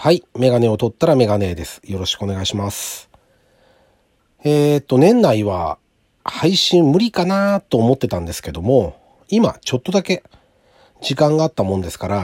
はい。メガネを取ったらメガネです。よろしくお願いします。年内は配信無理かなと思ってたんですけども、今ちょっとだけ時間があったもんですから、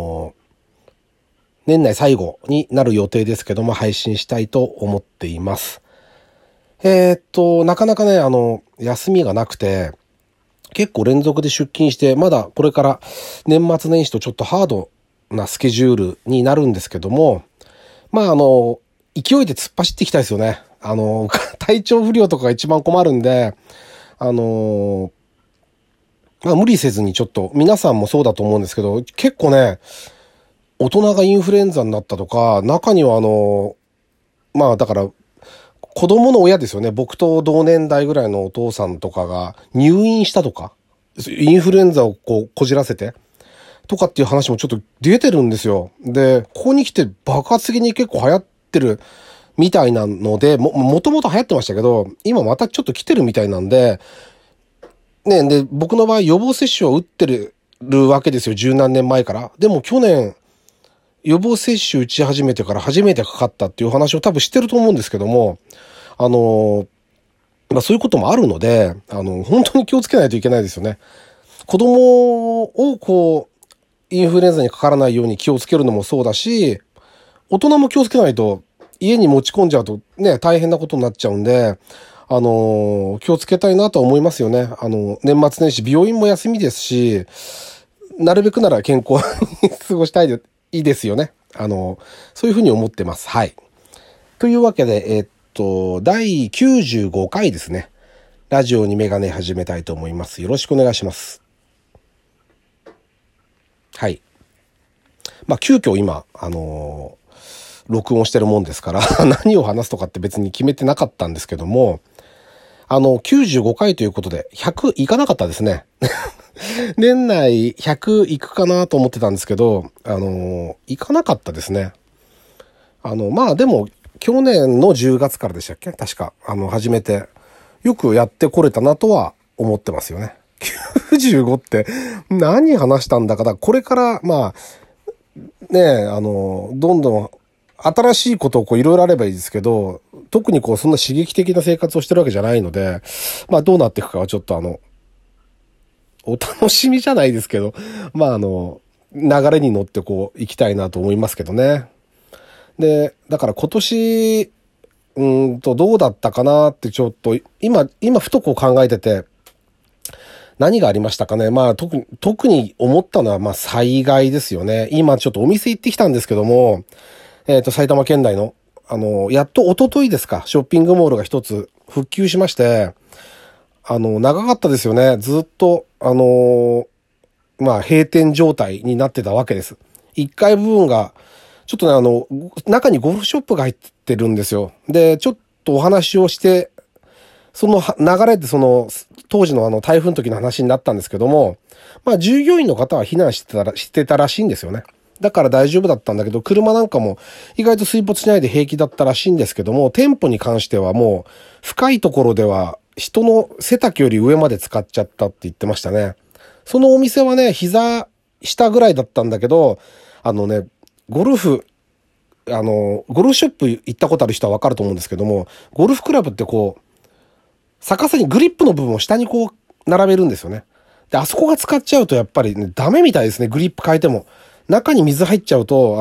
年内最後になる予定ですけども、配信したいと思っています。なかなかね、休みがなくて、結構連続で出勤して、まだこれから年末年始とちょっとハードなスケジュールになるんですけども、勢いで突っ走っていきたいですよね。体調不良とかが一番困るんで、無理せずにちょっと、皆さんもそうだと思うんですけど、結構ね、大人がインフルエンザになったとか、中にはだから、子供の親ですよね。僕と同年代ぐらいのお父さんとかが入院したとか、インフルエンザをこじらせて、とかっていう話もちょっと出てるんですよ。で、ここに来て爆発的に結構流行ってるみたいなので、もともと流行ってましたけど、今またちょっと来てるみたいなんで、ね、で、僕の場合予防接種を打ってるわけですよ。十何年前から。でも去年、予防接種打ち始めてから初めてかかったっていう話を多分してると思うんですけども、そういうこともあるので、本当に気をつけないといけないですよね。子供をインフルエンザにかからないように気をつけるのもそうだし、大人も気をつけないと家に持ち込んじゃうとね、大変なことになっちゃうんで、気をつけたいなとは思いますよね。年末年始病院も休みですし、なるべくなら健康に過ごしたいですよね。そういうふうに思ってます。はい。というわけで、第95回ですね。ラジオにメガネ始めたいと思います。よろしくお願いします。はい。急遽今、録音してるもんですから何を話すとかって別に決めてなかったんですけども、95回ということで、100いかなかったですね。年内100いくかなと思ってたんですけど、いかなかったですね。でも、去年の10月からでしたっけ？確か、始めて、よくやってこれたなとは思ってますよね。95って何話したんだか、これから、どんどん新しいことをいろいろあればいいですけど、特にそんな刺激的な生活をしてるわけじゃないので、どうなっていくかはちょっとお楽しみじゃないですけど、流れに乗って行きたいなと思いますけどね。で、だから今年、どうだったかなってちょっと、今ふと考えてて、何がありましたかね。特に思ったのは、災害ですよね。今ちょっとお店行ってきたんですけども、埼玉県内の、やっと一昨日ですか、ショッピングモールが一つ復旧しまして、長かったですよね。ずっと、閉店状態になってたわけです。1階部分が、ちょっとね、中にゴルフショップが入ってるんですよ。で、ちょっとお話をして、その流れで当時の台風の時の話になったんですけども、従業員の方は避難してたらしいんですよね。だから大丈夫だったんだけど、車なんかも意外と水没しないで平気だったらしいんですけども、店舗に関してはもう深いところでは人の背丈より上まで使っちゃったって言ってましたね。そのお店はね、膝下ぐらいだったんだけど、ゴルフショップ行ったことある人はわかると思うんですけども、ゴルフクラブって逆さにグリップの部分を下に並べるんですよね。で、あそこが使っちゃうとやっぱりね、ダメみたいですね。グリップ変えても。中に水入っちゃうと、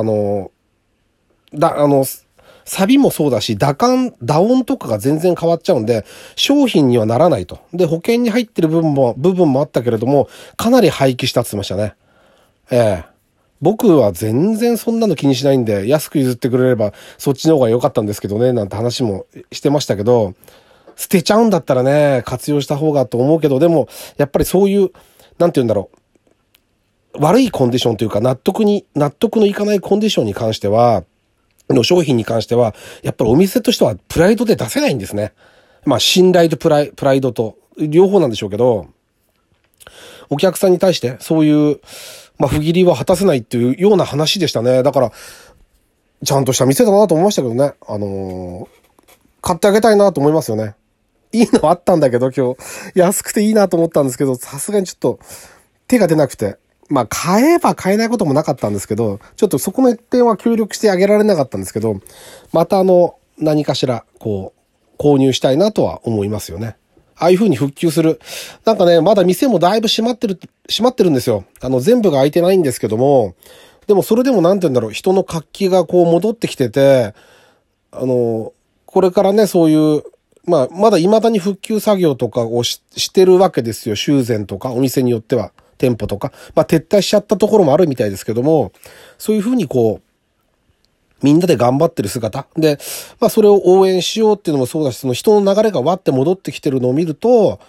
錆もそうだし、打音とかが全然変わっちゃうんで、商品にはならないと。で、保険に入ってる部分もあったけれども、かなり廃棄したって言ってましたね。僕は全然そんなの気にしないんで、安く譲ってくれれば、そっちの方が良かったんですけどね、なんて話もしてましたけど、捨てちゃうんだったらね、活用した方がと思うけど、でも、やっぱりそういう、なんて言うんだろう。悪いコンディションというか、納得のいかないコンディションに関しては、の商品に関しては、やっぱりお店としてはプライドで出せないんですね。信頼とプライドと、両方なんでしょうけど、お客さんに対して、そういう、不義理は果たせないっていうような話でしたね。だから、ちゃんとした店だなと思いましたけどね。買ってあげたいなと思いますよね。いいのあったんだけど今日、安くていいなと思ったんですけど、さすがにちょっと手が出なくて、 まあ、買えば買えないこともなかったんですけど、ちょっとそこの一点は協力してあげられなかったんですけど、また何かしら、購入したいなとは思いますよね。ああいう風に復旧する。なんかね、まだ店もだいぶ閉まってるんですよ。全部が開いてないんですけども、でもそれでもなんて言うんだろう、人の活気が戻ってきてて、これからね、そういう、まあ、まだ未だに復旧作業とかをしてるわけですよ。修繕とか、お店によっては、店舗とか。まあ、撤退しちゃったところもあるみたいですけども、そういう風にみんなで頑張ってる姿。で、まあ、それを応援しようっていうのもそうだし、その人の流れがわって戻ってきてるのを見ると、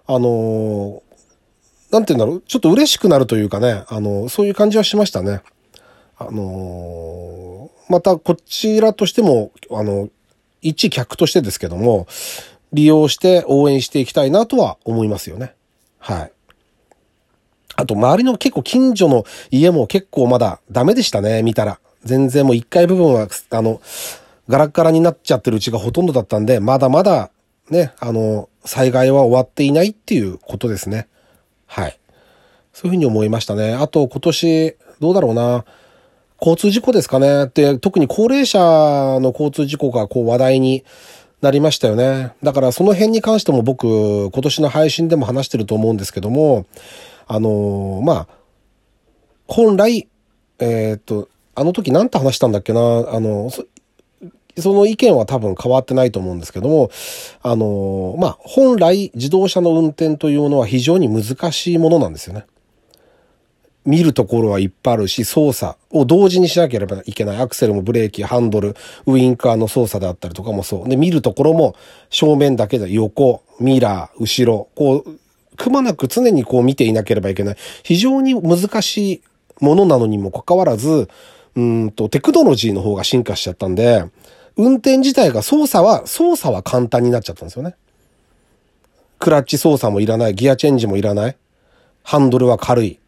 なんて言うんだろう、ちょっと嬉しくなるというかね、そういう感じはしましたね。またこちらとしても、一客としてですけども、利用して応援していきたいなとは思いますよね。はい。あと、周りの結構近所の家も結構まだダメでしたね、見たら。全然もう1階部分は、ガラッガラになっちゃってるうちがほとんどだったんで、まだまだ、ね、災害は終わっていないっていうことですね。はい。そういうふうに思いましたね。あと、今年、どうだろうな。交通事故ですかね。で、特に高齢者の交通事故が話題になりましたよね。だからその辺に関しても僕、今年の配信でも話してると思うんですけども、まあ、本来、あの時なんて話したんだっけな、その意見は多分変わってないと思うんですけども、まあ、本来自動車の運転というのは非常に難しいものなんですよね。見るところはいっぱいあるし、操作を同時にしなければいけない。アクセルもブレーキ、ハンドル、ウインカーの操作であったりとかもそう。で、見るところも正面だけで横、ミラー、後ろ、くまなく常に見ていなければいけない。非常に難しいものなのにもかかわらず、テクノロジーの方が進化しちゃったんで、運転自体が操作は簡単になっちゃったんですよね。クラッチ操作もいらない、ギアチェンジもいらない、ハンドルは軽い。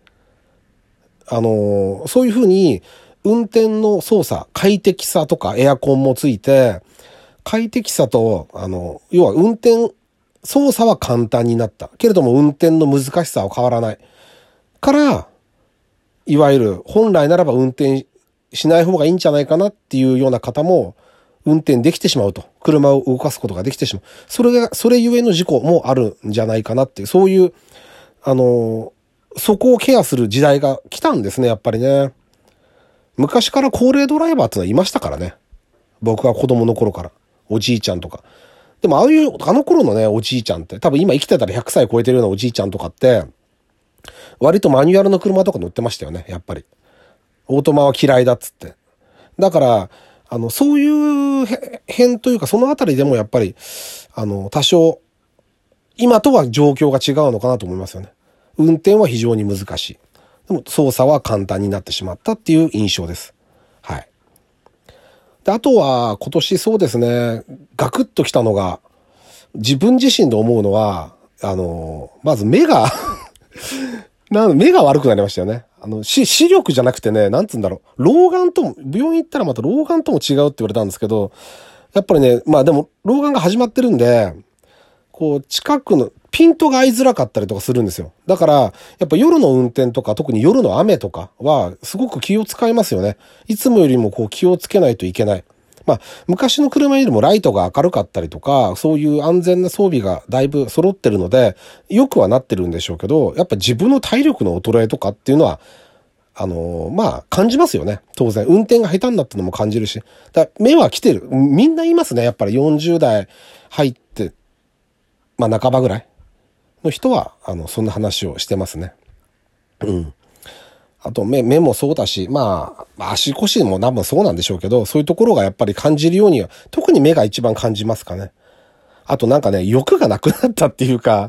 そういうふうに運転の操作、快適さとかエアコンもついて、快適さと、要は運転、操作は簡単になった。けれども運転の難しさは変わらない。から、いわゆる本来ならば運転しない方がいいんじゃないかなっていうような方も運転できてしまうと。車を動かすことができてしまう。それゆえの事故もあるんじゃないかなっていう、そういう、そこをケアする時代が来たんですね、やっぱりね。昔から高齢ドライバーってのはいましたからね。僕が子供の頃から。おじいちゃんとか。でもあの頃のね、おじいちゃんって、多分今生きてたら100歳超えてるようなおじいちゃんとかって、割とマニュアルの車とか乗ってましたよね、やっぱり。オートマは嫌いだっつって。だから、そういう辺というか、そのあたりでもやっぱり、多少、今とは状況が違うのかなと思いますよね。運転は非常に難しい。でも操作は簡単になってしまったっていう印象です。はい。で、あとは今年そうですね、ガクッときたのが、自分自身で思うのは、まず目が目が悪くなりましたよね。視力じゃなくてね、なんつうんだろう。老眼とも、病院行ったらまた老眼とも違うって言われたんですけど、やっぱりね、まあでも、老眼が始まってるんで、近くの、ピントが合いづらかったりとかするんですよ。だから、やっぱ夜の運転とか、特に夜の雨とかは、すごく気を使いますよね。いつもよりも気をつけないといけない。まあ、昔の車よりもライトが明るかったりとか、そういう安全な装備がだいぶ揃ってるので、良くはなってるんでしょうけど、やっぱ自分の体力の衰えとかっていうのは、まあ、感じますよね。当然。運転が下手になったのも感じるし。目は来てる。みんな言いますね。やっぱり40代入って、まあ、半ばぐらいの人は、そんな話をしてますね。うん。あと目もそうだし、まあ、足腰も多分そうなんでしょうけど、そういうところがやっぱり感じるようには、特に目が一番感じますかね。あとなんかね、欲がなくなったっていうか、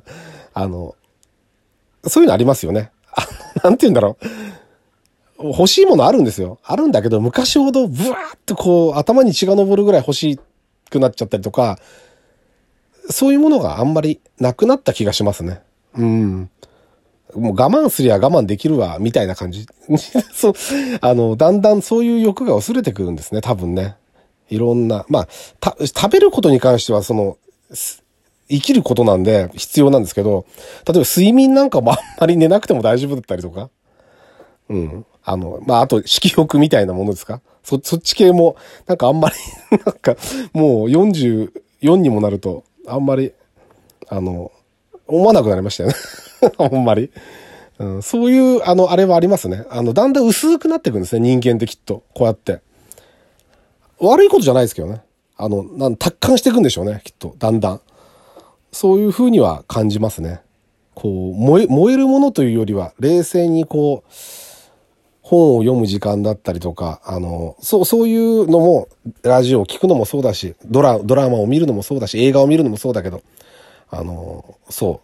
そういうのありますよね。なんて言うんだろう。欲しいものあるんですよ。あるんだけど、昔ほどブワーッと頭に血が昇るぐらい欲しくなっちゃったりとか、そういうものがあんまりなくなった気がしますね。うん。もう我慢すりゃ我慢できるわ、みたいな感じ。そう、だんだんそういう欲が薄れてくるんですね、多分ね。いろんな、まあ、食べることに関しては、生きることなんで必要なんですけど、例えば睡眠なんかもあんまり寝なくても大丈夫だったりとか、 うん。まあ、あと、色欲みたいなものですか？そっち系も、なんかあんまりなんか、もう44にもなると、あんまり、思わなくなりましたよね。ほんまり。うん、そういう、あれはありますね。だんだん薄くなっていくんですね、人間ってきっと。こうやって。悪いことじゃないですけどね。達観していくんでしょうね、きっと。だんだん。そういう風には感じますね。こう、燃えるものというよりは、冷静にこう、本を読む時間だったりとか、そういうのも、ラジオを聞くのもそうだし、ドラマを見るのもそうだし、映画を見るのもそうだけど、そう。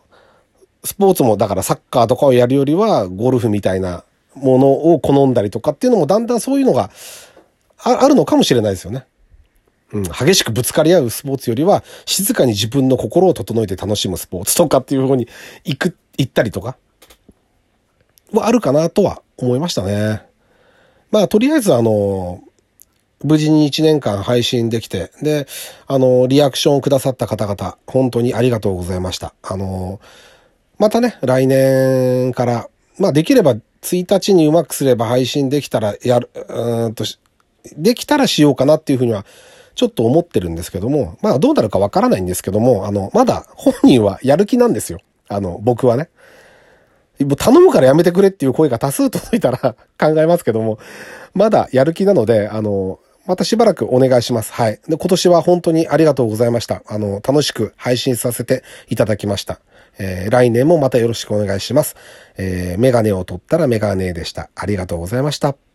スポーツもだからサッカーとかをやるよりは、ゴルフみたいなものを好んだりとかっていうのもだんだんそういうのがあるのかもしれないですよね。うん、激しくぶつかり合うスポーツよりは、静かに自分の心を整えて楽しむスポーツとかっていう方に行ったりとか、はあるかなとは思いましたね。まあ、とりあえず無事に1年間配信できて、で、リアクションをくださった方々、本当にありがとうございました。またね、来年から、まあ、できれば1日にうまくすれば配信できたらできたらしようかなっていうふうには、ちょっと思ってるんですけども、まあ、どうなるかわからないんですけども、まだ本人はやる気なんですよ。僕はね。もう頼むからやめてくれっていう声が多数届いたら考えますけども、まだやる気なので、またしばらくお願いします。はい。で、今年は本当にありがとうございました。楽しく配信させていただきました。来年もまたよろしくお願いします。メガネを取ったらメガネでした。ありがとうございました。